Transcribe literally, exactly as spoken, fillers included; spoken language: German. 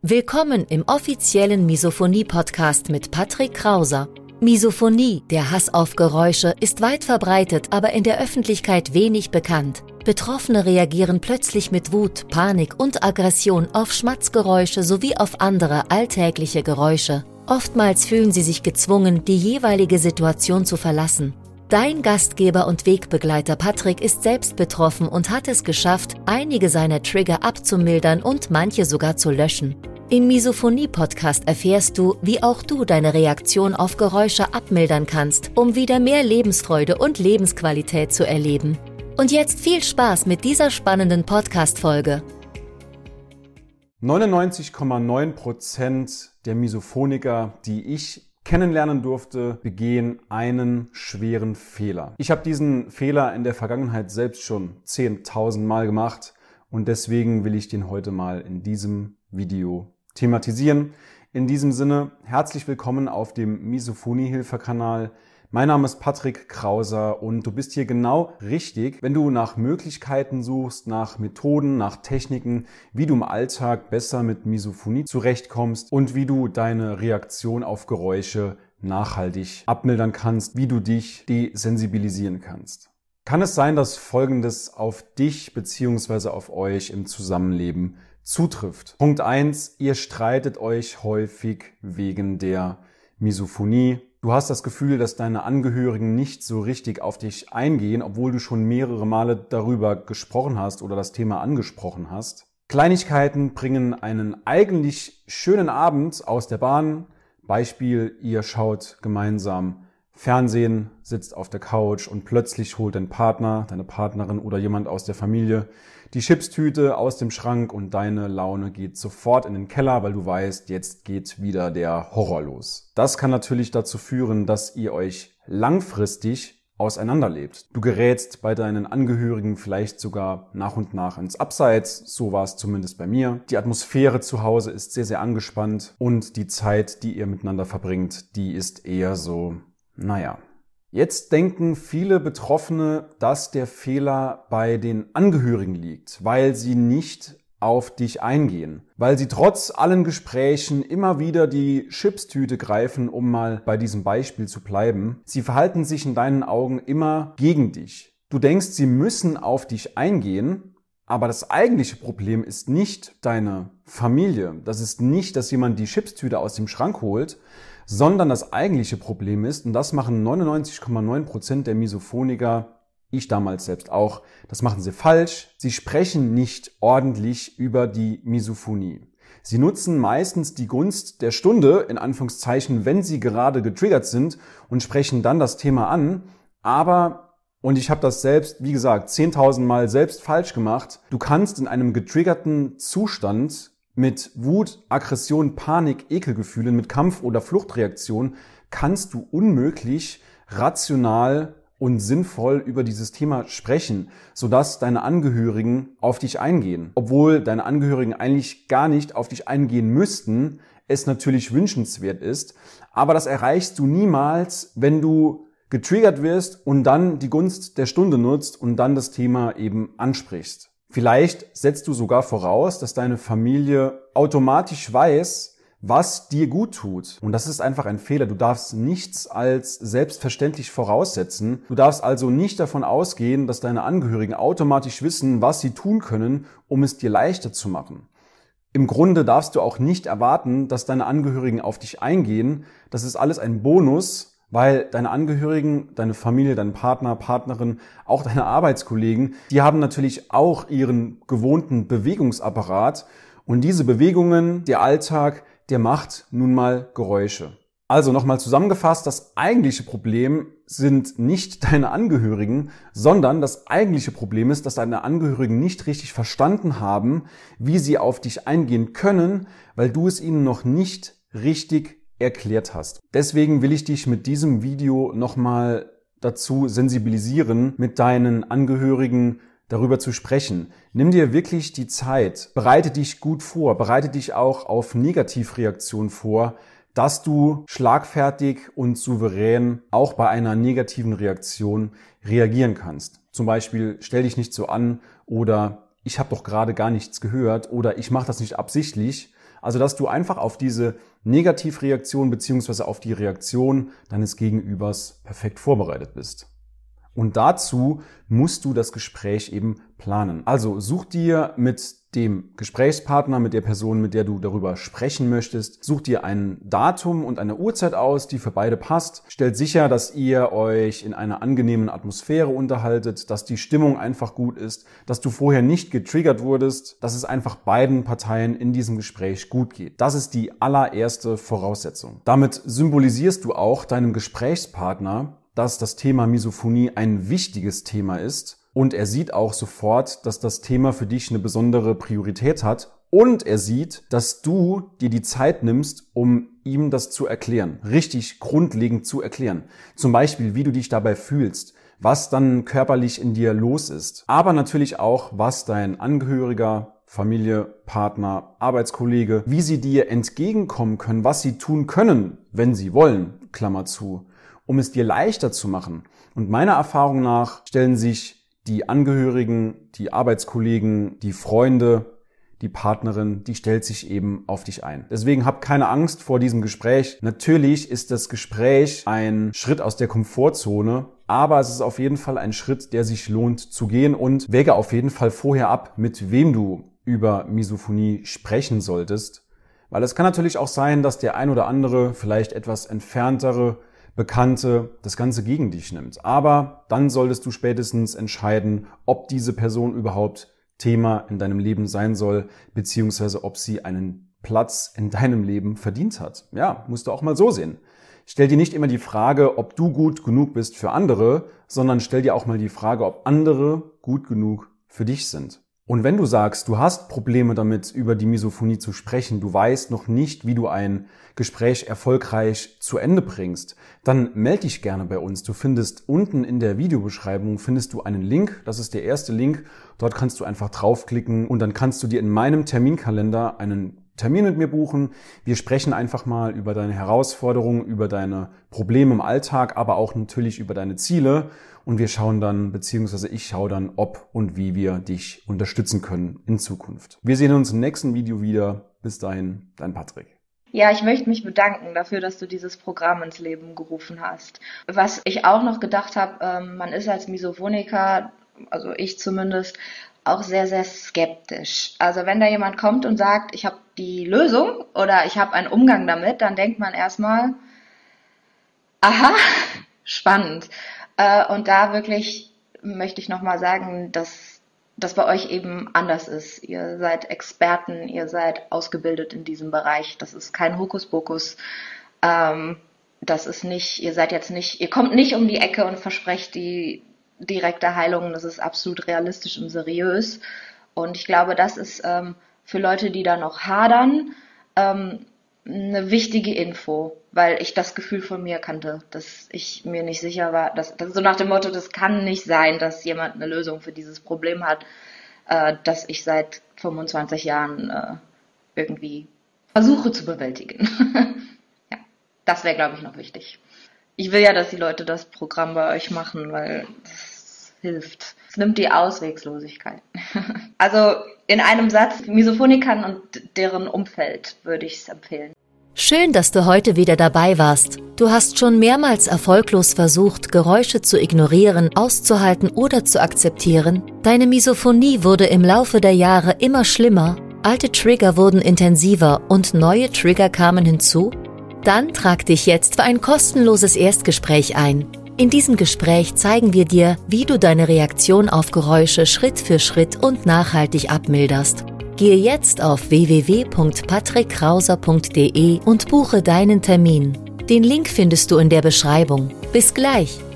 Willkommen im offiziellen Misophonie-Podcast mit Patrick Krauser. Misophonie, der Hass auf Geräusche, ist weit verbreitet, aber in der Öffentlichkeit wenig bekannt. Betroffene reagieren plötzlich mit Wut, Panik und Aggression auf Schmatzgeräusche sowie auf andere alltägliche Geräusche. Oftmals fühlen sie sich gezwungen, die jeweilige Situation zu verlassen. Dein Gastgeber und Wegbegleiter Patrick ist selbst betroffen und hat es geschafft, einige seiner Trigger abzumildern und manche sogar zu löschen. Im Misophonie-Podcast erfährst du, wie auch du deine Reaktion auf Geräusche abmildern kannst, um wieder mehr Lebensfreude und Lebensqualität zu erleben. Und jetzt viel Spaß mit dieser spannenden Podcast-Folge. neunundneunzig Komma neun Prozent der Misophoniker, die ich kennenlernen durfte, begehen einen schweren Fehler. Ich habe diesen Fehler in der Vergangenheit selbst schon zehntausend Mal gemacht und deswegen will ich den heute mal in diesem Video thematisieren. In diesem Sinne, herzlich willkommen auf dem Misophonie-Hilfe-Kanal. Mein Name ist Patrick Krauser und du bist hier genau richtig, wenn du nach Möglichkeiten suchst, nach Methoden, nach Techniken, wie du im Alltag besser mit Misophonie zurechtkommst und wie du deine Reaktion auf Geräusche nachhaltig abmildern kannst, wie du dich desensibilisieren kannst. Kann es sein, dass Folgendes auf dich bzw. auf euch im Zusammenleben zutrifft? Punkt eins, ihr streitet euch häufig wegen der Misophonie. Du hast das Gefühl, dass deine Angehörigen nicht so richtig auf dich eingehen, obwohl du schon mehrere Male darüber gesprochen hast oder das Thema angesprochen hast. Kleinigkeiten bringen einen eigentlich schönen Abend aus der Bahn. Beispiel, ihr schaut gemeinsam Fernsehen, sitzt auf der Couch und plötzlich holt dein Partner, deine Partnerin oder jemand aus der Familie die Chipstüte aus dem Schrank und deine Laune geht sofort in den Keller, weil du weißt, jetzt geht wieder der Horror los. Das kann natürlich dazu führen, dass ihr euch langfristig auseinanderlebt. Du gerätst bei deinen Angehörigen vielleicht sogar nach und nach ins Abseits, so war es zumindest bei mir. Die Atmosphäre zu Hause ist sehr, sehr angespannt und die Zeit, die ihr miteinander verbringt, die ist eher so, naja. Jetzt denken viele Betroffene, dass der Fehler bei den Angehörigen liegt, weil sie nicht auf dich eingehen, weil sie trotz allen Gesprächen immer wieder die Chipstüte greifen, um mal bei diesem Beispiel zu bleiben. Sie verhalten sich in deinen Augen immer gegen dich. Du denkst, sie müssen auf dich eingehen, aber das eigentliche Problem ist nicht deine Familie. Das ist nicht, dass jemand die Chipstüte aus dem Schrank holt, sondern das eigentliche Problem ist, und das machen neunundneunzig Komma neun Prozent der Misophoniker, ich damals selbst auch, das machen sie falsch. Sie sprechen nicht ordentlich über die Misophonie. Sie nutzen meistens die Gunst der Stunde, in Anführungszeichen, wenn sie gerade getriggert sind und sprechen dann das Thema an. Aber, und ich habe das selbst, wie gesagt, zehntausend Mal selbst falsch gemacht, du kannst in einem getriggerten Zustand mit Wut, Aggression, Panik, Ekelgefühlen, mit Kampf- oder Fluchtreaktion kannst du unmöglich rational und sinnvoll über dieses Thema sprechen, sodass deine Angehörigen auf dich eingehen. Obwohl deine Angehörigen eigentlich gar nicht auf dich eingehen müssten, es natürlich wünschenswert ist. Aber das erreichst du niemals, wenn du getriggert wirst und dann die Gunst der Stunde nutzt und dann das Thema eben ansprichst. Vielleicht setzt du sogar voraus, dass deine Familie automatisch weiß, was dir gut tut. Und das ist einfach ein Fehler. Du darfst nichts als selbstverständlich voraussetzen. Du darfst also nicht davon ausgehen, dass deine Angehörigen automatisch wissen, was sie tun können, um es dir leichter zu machen. Im Grunde darfst du auch nicht erwarten, dass deine Angehörigen auf dich eingehen. Das ist alles ein Bonus, weil deine Angehörigen, deine Familie, dein Partner, Partnerin, auch deine Arbeitskollegen, die haben natürlich auch ihren gewohnten Bewegungsapparat und diese Bewegungen, der Alltag, der macht nun mal Geräusche. Also nochmal zusammengefasst, das eigentliche Problem sind nicht deine Angehörigen, sondern das eigentliche Problem ist, dass deine Angehörigen nicht richtig verstanden haben, wie sie auf dich eingehen können, weil du es ihnen noch nicht richtig erklärt hast. Deswegen will ich dich mit diesem Video nochmal dazu sensibilisieren, mit deinen Angehörigen darüber zu sprechen. Nimm dir wirklich die Zeit, bereite dich gut vor, bereite dich auch auf Negativreaktionen vor, dass du schlagfertig und souverän auch bei einer negativen Reaktion reagieren kannst. Zum Beispiel, stell dich nicht so an oder ich habe doch gerade gar nichts gehört oder ich mache das nicht absichtlich. Also, dass du einfach auf diese Negativreaktion bzw. auf die Reaktion deines Gegenübers perfekt vorbereitet bist. Und dazu musst du das Gespräch eben planen. Also such dir mit dem Gesprächspartner, mit der Person, mit der du darüber sprechen möchtest, such dir ein Datum und eine Uhrzeit aus, die für beide passt. Stellt sicher, dass ihr euch in einer angenehmen Atmosphäre unterhaltet, dass die Stimmung einfach gut ist, dass du vorher nicht getriggert wurdest, dass es einfach beiden Parteien in diesem Gespräch gut geht. Das ist die allererste Voraussetzung. Damit symbolisierst du auch deinem Gesprächspartner, dass das Thema Misophonie ein wichtiges Thema ist und er sieht auch sofort, dass das Thema für dich eine besondere Priorität hat und er sieht, dass du dir die Zeit nimmst, um ihm das zu erklären, richtig grundlegend zu erklären. Zum Beispiel, wie du dich dabei fühlst, was dann körperlich in dir los ist, aber natürlich auch, was dein Angehöriger, Familie, Partner, Arbeitskollege, wie sie dir entgegenkommen können, was sie tun können, wenn sie wollen, Klammer zu, um es dir leichter zu machen. Und meiner Erfahrung nach stellen sich die Angehörigen, die Arbeitskollegen, die Freunde, die Partnerin, die stellt sich eben auf dich ein. Deswegen hab keine Angst vor diesem Gespräch. Natürlich ist das Gespräch ein Schritt aus der Komfortzone, aber es ist auf jeden Fall ein Schritt, der sich lohnt zu gehen und wäge auf jeden Fall vorher ab, mit wem du über Misophonie sprechen solltest. Weil es kann natürlich auch sein, dass der ein oder andere, vielleicht etwas entferntere Bekannte das Ganze gegen dich nimmt. Aber dann solltest du spätestens entscheiden, ob diese Person überhaupt Thema in deinem Leben sein soll, beziehungsweise ob sie einen Platz in deinem Leben verdient hat. Ja, musst du auch mal so sehen. Stell dir nicht immer die Frage, ob du gut genug bist für andere, sondern stell dir auch mal die Frage, ob andere gut genug für dich sind. Und wenn du sagst, du hast Probleme damit, über die Misophonie zu sprechen, du weißt noch nicht, wie du ein Gespräch erfolgreich zu Ende bringst, dann melde dich gerne bei uns. Du findest unten in der Videobeschreibung findest du einen Link. Das ist der erste Link. Dort kannst du einfach draufklicken und dann kannst du dir in meinem Terminkalender einen Termin mit mir buchen. Wir sprechen einfach mal über deine Herausforderungen, über deine Probleme im Alltag, aber auch natürlich über deine Ziele. Und wir schauen dann, beziehungsweise ich schaue dann, ob und wie wir dich unterstützen können in Zukunft. Wir sehen uns im nächsten Video wieder. Bis dahin, dein Patrick. Ja, ich möchte mich bedanken dafür, dass du dieses Programm ins Leben gerufen hast. Was ich auch noch gedacht habe, ähm, man ist als Misophoniker, also ich zumindest, auch sehr, sehr skeptisch. Also wenn da jemand kommt und sagt, ich habe die Lösung oder ich habe einen Umgang damit, dann denkt man erstmal, aha, spannend. Äh, und da wirklich möchte ich nochmal sagen, dass das bei euch eben anders ist. Ihr seid Experten, ihr seid ausgebildet in diesem Bereich. Das ist kein Hokuspokus. Ähm, das ist nicht, ihr seid jetzt nicht, ihr kommt nicht um die Ecke und versprecht die direkte Heilung. Das ist absolut realistisch und seriös. Und ich glaube, das ist ähm, für Leute, die da noch hadern, ähm, eine wichtige Info, weil ich das Gefühl von mir kannte, dass ich mir nicht sicher war, dass, dass so nach dem Motto, das kann nicht sein, dass jemand eine Lösung für dieses Problem hat, äh, das ich seit fünfundzwanzig Jahren äh, irgendwie versuche zu bewältigen. Ja, das wäre, glaube ich, noch wichtig. Ich will ja, dass die Leute das Programm bei euch machen, weil das hilft. Es nimmt die Auswegslosigkeit. Also in einem Satz, Misophonikern und deren Umfeld würde ich es empfehlen. Schön, dass du heute wieder dabei warst. Du hast schon mehrmals erfolglos versucht, Geräusche zu ignorieren, auszuhalten oder zu akzeptieren. Deine Misophonie wurde im Laufe der Jahre immer schlimmer, alte Trigger wurden intensiver und neue Trigger kamen hinzu? Dann trag dich jetzt für ein kostenloses Erstgespräch ein. In diesem Gespräch zeigen wir dir, wie du deine Reaktion auf Geräusche Schritt für Schritt und nachhaltig abmilderst. Gehe jetzt auf w w w punkt patrick krauser punkt d e und buche deinen Termin. Den Link findest du in der Beschreibung. Bis gleich!